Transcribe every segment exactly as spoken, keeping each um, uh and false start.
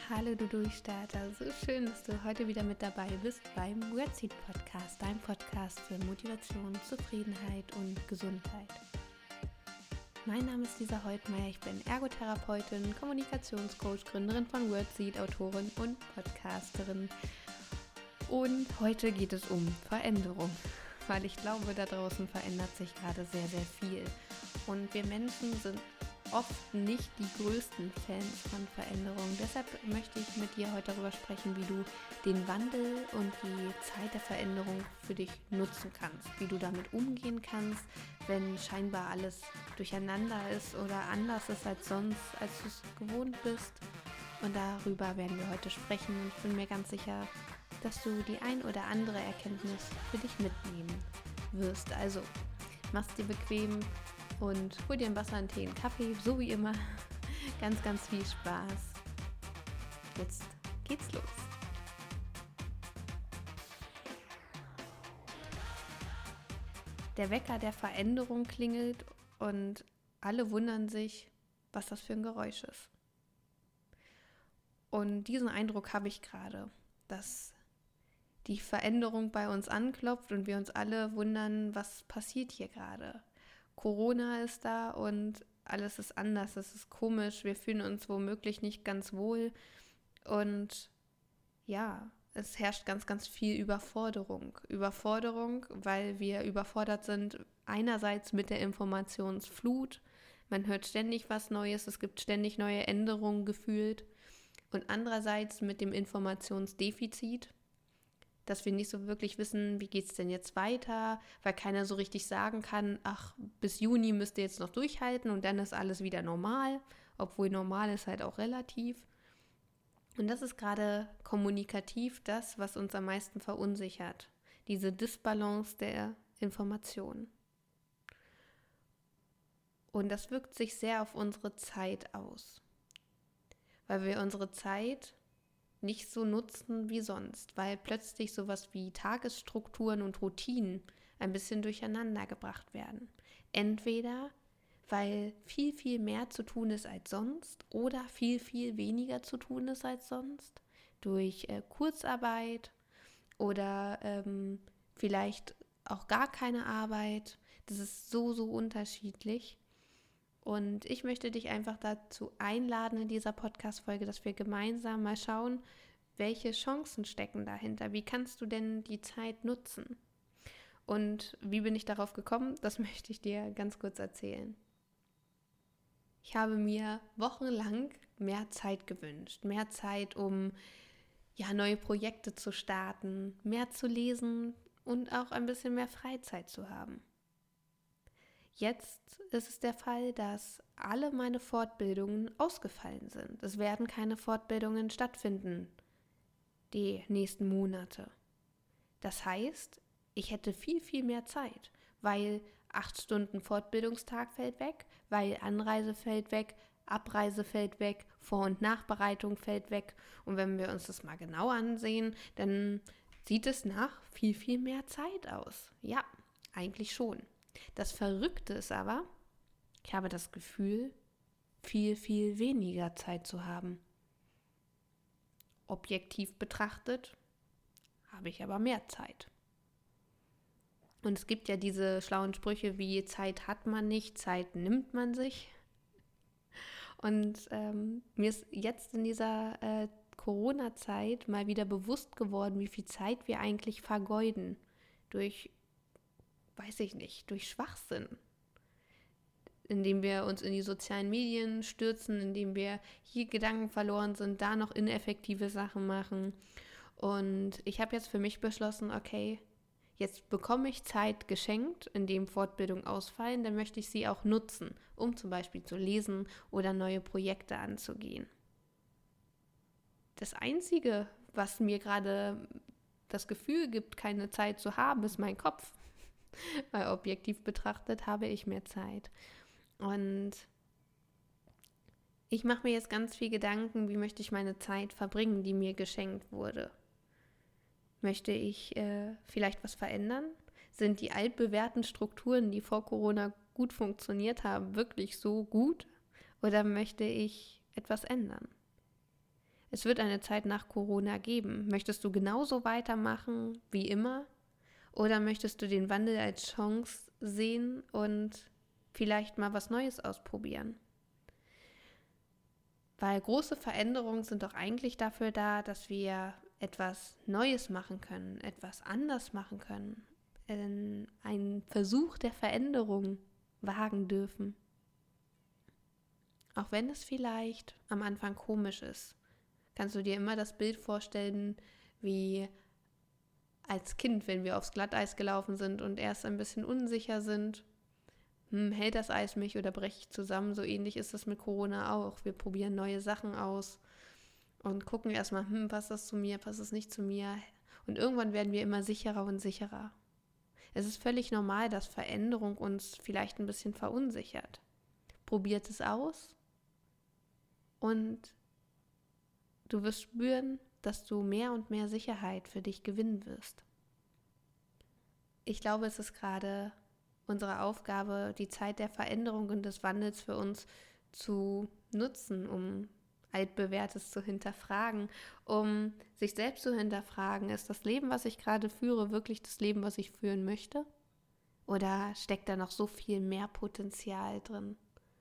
Hallo du Durchstarter, so schön, dass du heute wieder mit dabei bist beim Wordseed Podcast, dein Podcast für Motivation, Zufriedenheit und Gesundheit. Mein Name ist Lisa Heutmeier, ich bin Ergotherapeutin, Kommunikationscoach, Gründerin von Wordseed, Autorin und Podcasterin. Und heute geht es um Veränderung, weil ich glaube, da draußen verändert sich gerade sehr, sehr viel. Und wir Menschen sind oft nicht die größten Fans von Veränderungen. Deshalb möchte ich mit dir heute darüber sprechen, wie du den Wandel und die Zeit der Veränderung für dich nutzen kannst, wie du damit umgehen kannst, wenn scheinbar alles durcheinander ist oder anders ist als sonst, als du es gewohnt bist. Und darüber werden wir heute sprechen und ich bin mir ganz sicher, dass du die ein oder andere Erkenntnis für dich mitnehmen wirst. Also, mach's dir bequem und hol dir ein Wasser, einen Tee, einen Kaffee, so wie immer. Ganz, ganz viel Spaß. Jetzt geht's los. Der Wecker der Veränderung klingelt und alle wundern sich, was das für ein Geräusch ist. Und diesen Eindruck habe ich gerade, dass die Veränderung bei uns anklopft und wir uns alle wundern, was passiert hier gerade. Corona ist da und alles ist anders, es ist komisch, wir fühlen uns womöglich nicht ganz wohl und ja, es herrscht ganz, ganz viel Überforderung. Überforderung, weil wir überfordert sind, einerseits mit der Informationsflut, man hört ständig was Neues, es gibt ständig neue Änderungen gefühlt und andererseits mit dem Informationsdefizit, dass wir nicht so wirklich wissen, wie geht es denn jetzt weiter, weil keiner so richtig sagen kann, ach, bis Juni müsst ihr jetzt noch durchhalten und dann ist alles wieder normal, obwohl normal ist halt auch relativ. Und das ist gerade kommunikativ das, was uns am meisten verunsichert, diese Disbalance der Information. Und das wirkt sich sehr auf unsere Zeit aus, weil wir unsere Zeit nicht so nutzen wie sonst, weil plötzlich sowas wie Tagesstrukturen und Routinen ein bisschen durcheinander gebracht werden. Entweder weil viel, viel mehr zu tun ist als sonst oder viel, viel weniger zu tun ist als sonst, durch äh, Kurzarbeit oder ähm, vielleicht auch gar keine Arbeit. Das ist so, so unterschiedlich. Und ich möchte dich einfach dazu einladen in dieser Podcast-Folge, dass wir gemeinsam mal schauen, welche Chancen stecken dahinter. Wie kannst du denn die Zeit nutzen? Und wie bin ich darauf gekommen? Das möchte ich dir ganz kurz erzählen. Ich habe mir wochenlang mehr Zeit gewünscht. Mehr Zeit, um ja, neue Projekte zu starten, mehr zu lesen und auch ein bisschen mehr Freizeit zu haben. Jetzt ist es der Fall, dass alle meine Fortbildungen ausgefallen sind. Es werden keine Fortbildungen stattfinden die nächsten Monate. Das heißt, ich hätte viel, viel mehr Zeit, weil acht Stunden Fortbildungstag fällt weg, weil Anreise fällt weg, Abreise fällt weg, Vor- und Nachbereitung fällt weg. Und wenn wir uns das mal genau ansehen, dann sieht es nach viel, viel mehr Zeit aus. Ja, eigentlich schon. Das Verrückte ist aber, ich habe das Gefühl, viel, viel weniger Zeit zu haben. Objektiv betrachtet habe ich aber mehr Zeit. Und es gibt ja diese schlauen Sprüche wie Zeit hat man nicht, Zeit nimmt man sich. Und ähm, mir ist jetzt in dieser äh, Corona-Zeit mal wieder bewusst geworden, wie viel Zeit wir eigentlich vergeuden durch weiß ich nicht, durch Schwachsinn, indem wir uns in die sozialen Medien stürzen, indem wir hier Gedanken verloren sind, da noch ineffektive Sachen machen. Und ich habe jetzt für mich beschlossen, okay, jetzt bekomme ich Zeit geschenkt, indem Fortbildungen ausfallen, dann möchte ich sie auch nutzen, um zum Beispiel zu lesen oder neue Projekte anzugehen. Das Einzige, was mir gerade das Gefühl gibt, keine Zeit zu haben, ist mein Kopf. Weil objektiv betrachtet habe ich mehr Zeit. Und ich mache mir jetzt ganz viel Gedanken, wie möchte ich meine Zeit verbringen, die mir geschenkt wurde. Möchte ich äh, vielleicht was verändern? Sind die altbewährten Strukturen, die vor Corona gut funktioniert haben, wirklich so gut? Oder möchte ich etwas ändern? Es wird eine Zeit nach Corona geben. Möchtest du genauso weitermachen wie immer? Oder möchtest du den Wandel als Chance sehen und vielleicht mal was Neues ausprobieren? Weil große Veränderungen sind doch eigentlich dafür da, dass wir etwas Neues machen können, etwas anders machen können, einen Versuch der Veränderung wagen dürfen. Auch wenn es vielleicht am Anfang komisch ist, kannst du dir immer das Bild vorstellen, wie als Kind, wenn wir aufs Glatteis gelaufen sind und erst ein bisschen unsicher sind. Hm, hält das Eis mich oder breche ich zusammen? So ähnlich ist es mit Corona auch. Wir probieren neue Sachen aus und gucken erstmal, hm, passt das zu mir, passt es nicht zu mir? Und irgendwann werden wir immer sicherer und sicherer. Es ist völlig normal, dass Veränderung uns vielleicht ein bisschen verunsichert. Probiert es aus und du wirst spüren, dass du mehr und mehr Sicherheit für dich gewinnen wirst. Ich glaube, es ist gerade unsere Aufgabe, die Zeit der Veränderung und des Wandels für uns zu nutzen, um Altbewährtes zu hinterfragen, um sich selbst zu hinterfragen, ist das Leben, was ich gerade führe, wirklich das Leben, was ich führen möchte? Oder steckt da noch so viel mehr Potenzial drin?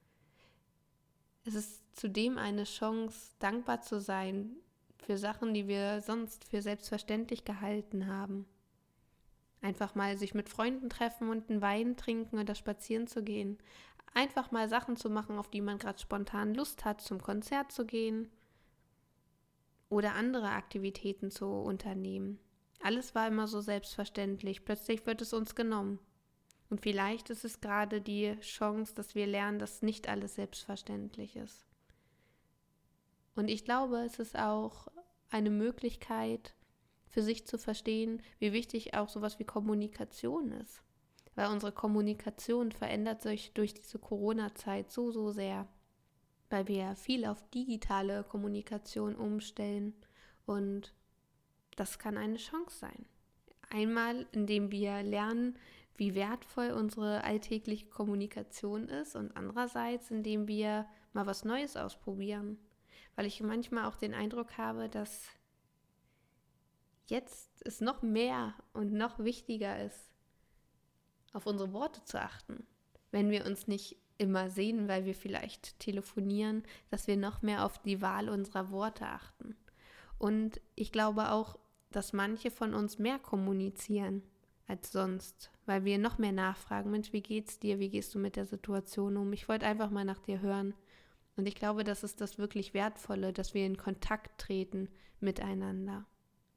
Es ist zudem eine Chance, dankbar zu sein für Sachen, die wir sonst für selbstverständlich gehalten haben. Einfach mal sich mit Freunden treffen und einen Wein trinken oder spazieren zu gehen. Einfach mal Sachen zu machen, auf die man gerade spontan Lust hat, zum Konzert zu gehen oder andere Aktivitäten zu unternehmen. Alles war immer so selbstverständlich. Plötzlich wird es uns genommen. Und vielleicht ist es gerade die Chance, dass wir lernen, dass nicht alles selbstverständlich ist. Und ich glaube, es ist auch eine Möglichkeit, für sich zu verstehen, wie wichtig auch sowas wie Kommunikation ist. Weil unsere Kommunikation verändert sich durch diese Corona-Zeit so, so sehr. Weil wir viel auf digitale Kommunikation umstellen. Und das kann eine Chance sein. Einmal, indem wir lernen, wie wertvoll unsere alltägliche Kommunikation ist. Und andererseits, indem wir mal was Neues ausprobieren. Weil ich manchmal auch den Eindruck habe, dass jetzt es noch mehr und noch wichtiger ist, auf unsere Worte zu achten. Wenn wir uns nicht immer sehen, weil wir vielleicht telefonieren, dass wir noch mehr auf die Wahl unserer Worte achten. Und ich glaube auch, dass manche von uns mehr kommunizieren als sonst, weil wir noch mehr nachfragen, Mensch, wie geht's dir, wie gehst du mit der Situation um? Ich wollte einfach mal nach dir hören. Und ich glaube, das ist das wirklich Wertvolle, dass wir in Kontakt treten miteinander.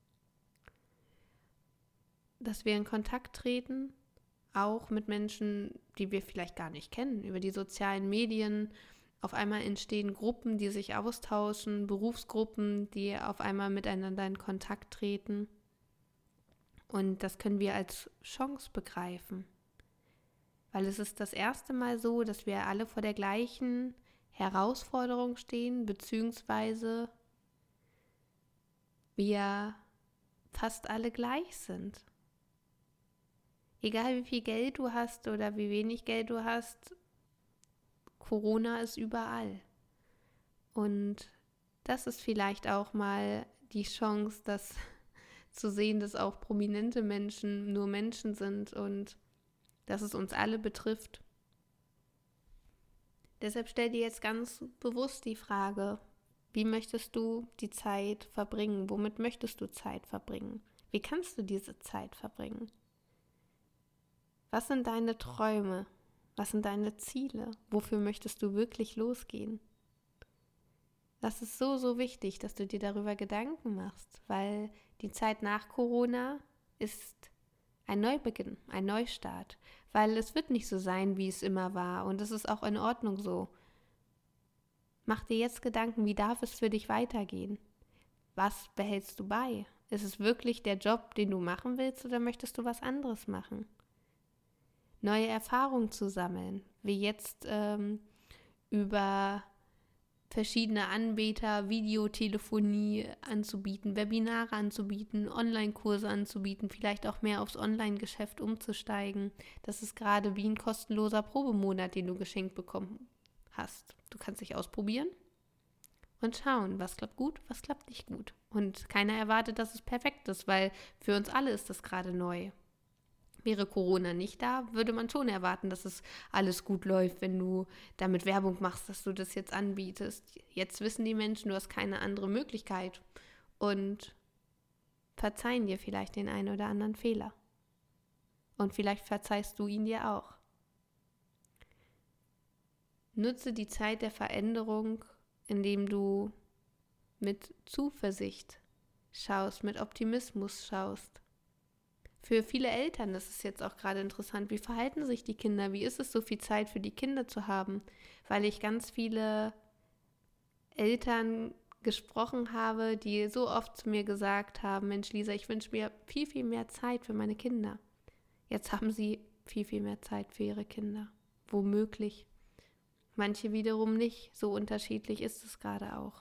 Dass wir in Kontakt treten, auch mit Menschen, die wir vielleicht gar nicht kennen. Über die sozialen Medien auf einmal entstehen Gruppen, die sich austauschen, Berufsgruppen, die auf einmal miteinander in Kontakt treten. Und das können wir als Chance begreifen. Weil es ist das erste Mal so, dass wir alle vor der gleichen Herausforderung stehen, beziehungsweise wir fast alle gleich sind. Egal wie viel Geld du hast oder wie wenig Geld du hast, Corona ist überall. Und das ist vielleicht auch mal die Chance, das zu sehen, dass auch prominente Menschen nur Menschen sind und dass es uns alle betrifft. Deshalb stell dir jetzt ganz bewusst die Frage, wie möchtest du die Zeit verbringen? Womit möchtest du Zeit verbringen? Wie kannst du diese Zeit verbringen? Was sind deine Träume? Was sind deine Ziele? Wofür möchtest du wirklich losgehen? Das ist so, so wichtig, dass du dir darüber Gedanken machst, weil die Zeit nach Corona ist ein Neubeginn, ein Neustart, weil es wird nicht so sein, wie es immer war und es ist auch in Ordnung so. Mach dir jetzt Gedanken, wie darf es für dich weitergehen? Was behältst du bei? Ist es wirklich der Job, den du machen willst oder möchtest du was anderes machen? Neue Erfahrungen zu sammeln, wie jetzt ähm, über verschiedene Anbieter, Videotelefonie anzubieten, Webinare anzubieten, Online-Kurse anzubieten, vielleicht auch mehr aufs Online-Geschäft umzusteigen. Das ist gerade wie ein kostenloser Probemonat, den du geschenkt bekommen hast. Du kannst dich ausprobieren und schauen, was klappt gut, was klappt nicht gut. Und keiner erwartet, dass es perfekt ist, weil für uns alle ist das gerade neu. Wäre Corona nicht da, würde man schon erwarten, dass es alles gut läuft, wenn du damit Werbung machst, dass du das jetzt anbietest. Jetzt wissen die Menschen, du hast keine andere Möglichkeit und verzeihen dir vielleicht den einen oder anderen Fehler. Und vielleicht verzeihst du ihn dir auch. Nutze die Zeit der Veränderung, indem du mit Zuversicht schaust, mit Optimismus schaust. Für viele Eltern, das ist jetzt auch gerade interessant, wie verhalten sich die Kinder? Wie ist es, so viel Zeit für die Kinder zu haben? Weil ich ganz viele Eltern gesprochen habe, die so oft zu mir gesagt haben, Mensch Lisa, ich wünsche mir viel, viel mehr Zeit für meine Kinder. Jetzt haben sie viel, viel mehr Zeit für ihre Kinder. Womöglich. Manche wiederum nicht. So unterschiedlich ist es gerade auch.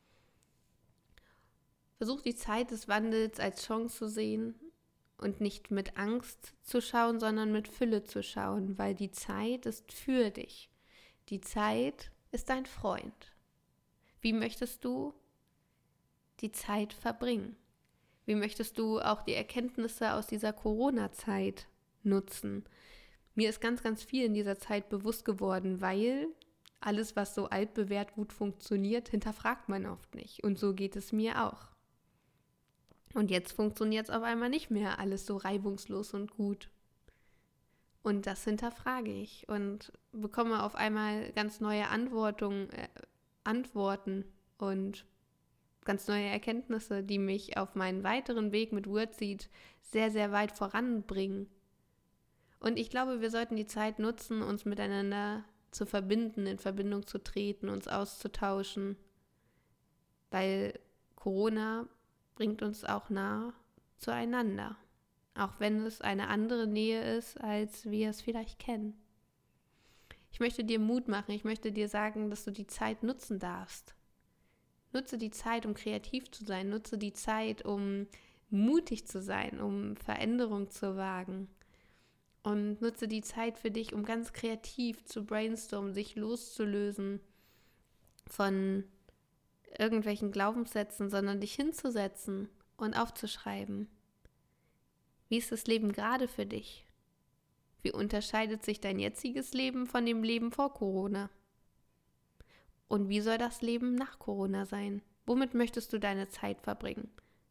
Versuch die Zeit des Wandels als Chance zu sehen und nicht mit Angst zu schauen, sondern mit Fülle zu schauen, weil die Zeit ist für dich. Die Zeit ist dein Freund. Wie möchtest du die Zeit verbringen? Wie möchtest du auch die Erkenntnisse aus dieser Corona-Zeit nutzen? Mir ist ganz, ganz viel in dieser Zeit bewusst geworden, weil alles, was so altbewährt gut funktioniert, hinterfragt man oft nicht. Und so geht es mir auch. Und jetzt funktioniert es auf einmal nicht mehr alles so reibungslos und gut. Und das hinterfrage ich und bekomme auf einmal ganz neue Antworten, äh, Antworten und ganz neue Erkenntnisse, die mich auf meinen weiteren Weg mit Wordseed sehr, sehr weit voranbringen. Und ich glaube, wir sollten die Zeit nutzen, uns miteinander zu verbinden, in Verbindung zu treten, uns auszutauschen, weil Corona bringt uns auch nah zueinander, auch wenn es eine andere Nähe ist, als wir es vielleicht kennen. Ich möchte dir Mut machen, ich möchte dir sagen, dass du die Zeit nutzen darfst. Nutze die Zeit, um kreativ zu sein, nutze die Zeit, um mutig zu sein, um Veränderung zu wagen. Und nutze die Zeit für dich, um ganz kreativ zu brainstormen, sich loszulösen von irgendwelchen Glaubenssätzen, sondern dich hinzusetzen und aufzuschreiben. Wie ist das Leben gerade für dich? Wie unterscheidet sich dein jetziges Leben von dem Leben vor Corona? Und wie soll das Leben nach Corona sein? Womit möchtest du deine Zeit verbringen?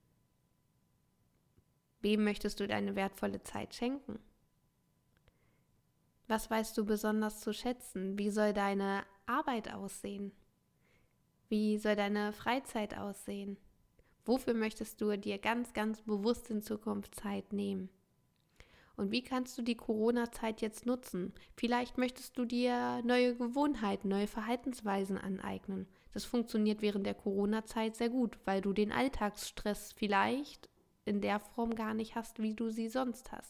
Wem möchtest du deine wertvolle Zeit schenken? Was weißt du besonders zu schätzen? Wie soll deine Arbeit aussehen? Wie soll deine Freizeit aussehen? Wofür möchtest du dir ganz, ganz bewusst in Zukunft Zeit nehmen? Und wie kannst du die Corona-Zeit jetzt nutzen? Vielleicht möchtest du dir neue Gewohnheiten, neue Verhaltensweisen aneignen. Das funktioniert während der Corona-Zeit sehr gut, weil du den Alltagsstress vielleicht in der Form gar nicht hast, wie du sie sonst hast.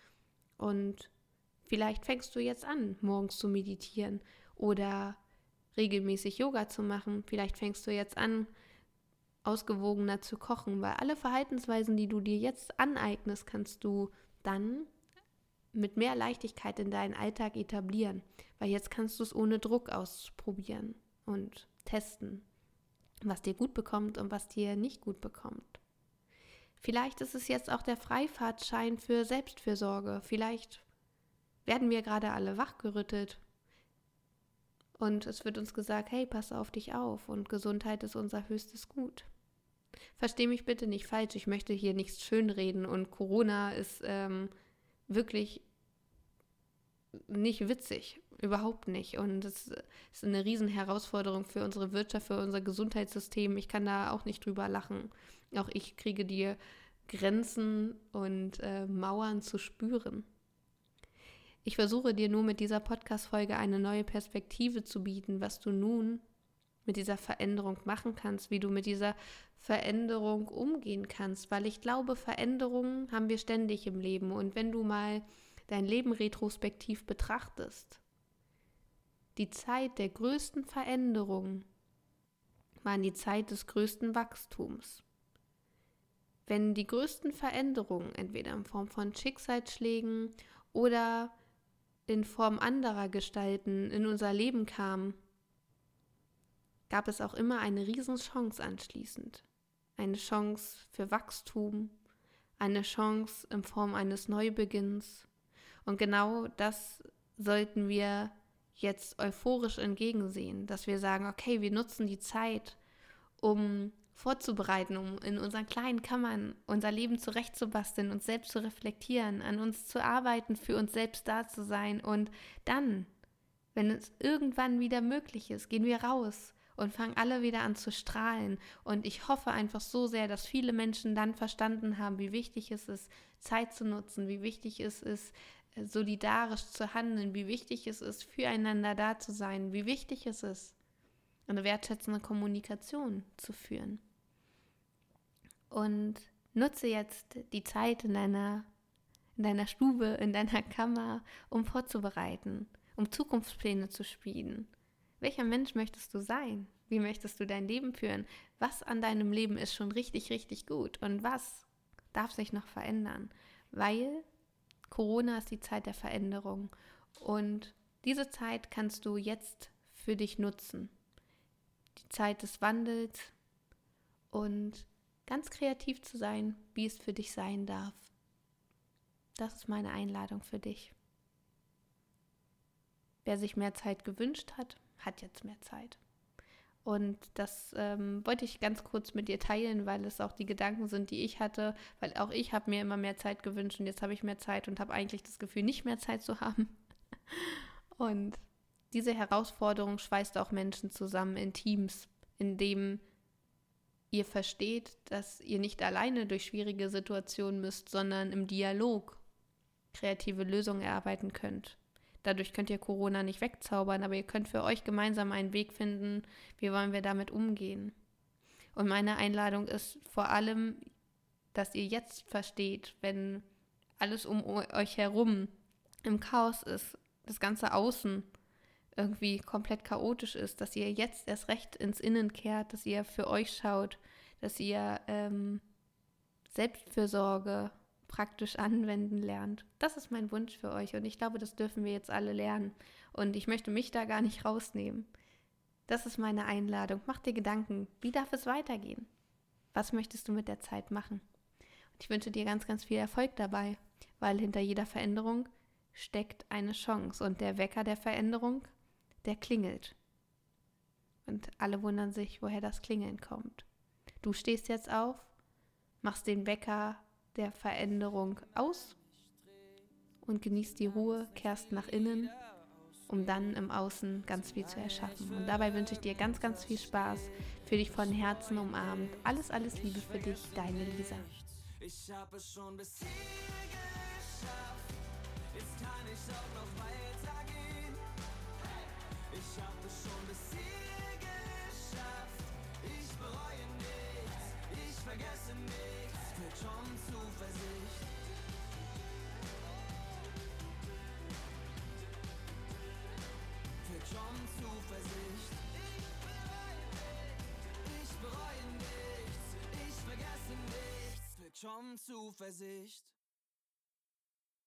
Und vielleicht fängst du jetzt an, morgens zu meditieren oder regelmäßig Yoga zu machen. Vielleicht fängst du jetzt an, ausgewogener zu kochen, weil alle Verhaltensweisen, die du dir jetzt aneignest, kannst du dann mit mehr Leichtigkeit in deinen Alltag etablieren, weil jetzt kannst du es ohne Druck ausprobieren und testen, was dir gut bekommt und was dir nicht gut bekommt. Vielleicht ist es jetzt auch der Freifahrtschein für Selbstfürsorge. Vielleicht werden wir gerade alle wachgerüttelt und es wird uns gesagt, hey, pass auf dich auf und Gesundheit ist unser höchstes Gut. Versteh mich bitte nicht falsch, ich möchte hier nichts schönreden und Corona ist ähm, wirklich nicht witzig, überhaupt nicht. Und es ist eine riesen Herausforderung für unsere Wirtschaft, für unser Gesundheitssystem. Ich kann da auch nicht drüber lachen. Auch ich kriege die Grenzen und äh, Mauern zu spüren. Ich versuche dir nur mit dieser Podcast-Folge eine neue Perspektive zu bieten, was du nun mit dieser Veränderung machen kannst, wie du mit dieser Veränderung umgehen kannst, weil ich glaube, Veränderungen haben wir ständig im Leben und wenn du mal dein Leben retrospektiv betrachtest, die Zeit der größten Veränderungen waren die Zeit des größten Wachstums. Wenn die größten Veränderungen entweder in Form von Schicksalsschlägen oder in Form anderer Gestalten in unser Leben kamen, gab es auch immer eine Riesenchance anschließend. Eine Chance für Wachstum, eine Chance in Form eines Neubeginns. Und genau das sollten wir jetzt euphorisch entgegensehen, dass wir sagen, okay, wir nutzen die Zeit, um vorzubereiten, um in unseren kleinen Kammern unser Leben zurechtzubasteln, uns selbst zu reflektieren, an uns zu arbeiten, für uns selbst da zu sein. Und dann, wenn es irgendwann wieder möglich ist, gehen wir raus und fangen alle wieder an zu strahlen. Und ich hoffe einfach so sehr, dass viele Menschen dann verstanden haben, wie wichtig es ist, Zeit zu nutzen, wie wichtig es ist, solidarisch zu handeln, wie wichtig es ist, füreinander da zu sein, wie wichtig es ist, eine wertschätzende Kommunikation zu führen. Und nutze jetzt die Zeit in deiner, in deiner Stube, in deiner Kammer, um vorzubereiten, um Zukunftspläne zu schmieden. Welcher Mensch möchtest du sein? Wie möchtest du dein Leben führen? Was an deinem Leben ist schon richtig, richtig gut? Und was darf sich noch verändern? Weil Corona ist die Zeit der Veränderung. Und diese Zeit kannst du jetzt für dich nutzen. Die Zeit des Wandels und ganz kreativ zu sein, wie es für dich sein darf. Das ist meine Einladung für dich. Wer sich mehr Zeit gewünscht hat, hat jetzt mehr Zeit. Und das ähm, wollte ich ganz kurz mit dir teilen, weil es auch die Gedanken sind, die ich hatte, weil auch ich habe mir immer mehr Zeit gewünscht und jetzt habe ich mehr Zeit und habe eigentlich das Gefühl, nicht mehr Zeit zu haben. Und diese Herausforderung schweißt auch Menschen zusammen in Teams, in dem ihr versteht, dass ihr nicht alleine durch schwierige Situationen müsst, sondern im Dialog kreative Lösungen erarbeiten könnt. Dadurch könnt ihr Corona nicht wegzaubern, aber ihr könnt für euch gemeinsam einen Weg finden, wie wollen wir damit umgehen. Und meine Einladung ist vor allem, dass ihr jetzt versteht, wenn alles um euch herum im Chaos ist, das ganze Außen irgendwie komplett chaotisch ist, dass ihr jetzt erst recht ins Innen kehrt, dass ihr für euch schaut, dass ihr ähm, Selbstfürsorge praktisch anwenden lernt. Das ist mein Wunsch für euch und ich glaube, das dürfen wir jetzt alle lernen und ich möchte mich da gar nicht rausnehmen. Das ist meine Einladung. Mach dir Gedanken, wie darf es weitergehen? Was möchtest du mit der Zeit machen? Und ich wünsche dir ganz, ganz viel Erfolg dabei, weil hinter jeder Veränderung steckt eine Chance und der Wecker der Veränderung, der klingelt. Und alle wundern sich, woher das Klingeln kommt. Du stehst jetzt auf, machst den Wecker der Veränderung aus und genießt die Ruhe, kehrst nach innen, um dann im Außen ganz viel zu erschaffen. Und dabei wünsche ich dir ganz, ganz viel Spaß, für dich von Herzen umarmt. Alles, alles Liebe für dich, deine Lisa. Ich habe es schon bis hier geschafft, jetzt kann ich auch noch weitergehen. Ich habe es schon bis hier geschafft, ich bereue nichts, ich vergesse nichts, fühlt schon Zuversicht. Fühlt schon Zuversicht. Ich bereue nichts, ich vergesse nichts, fühlt schon Zuversicht.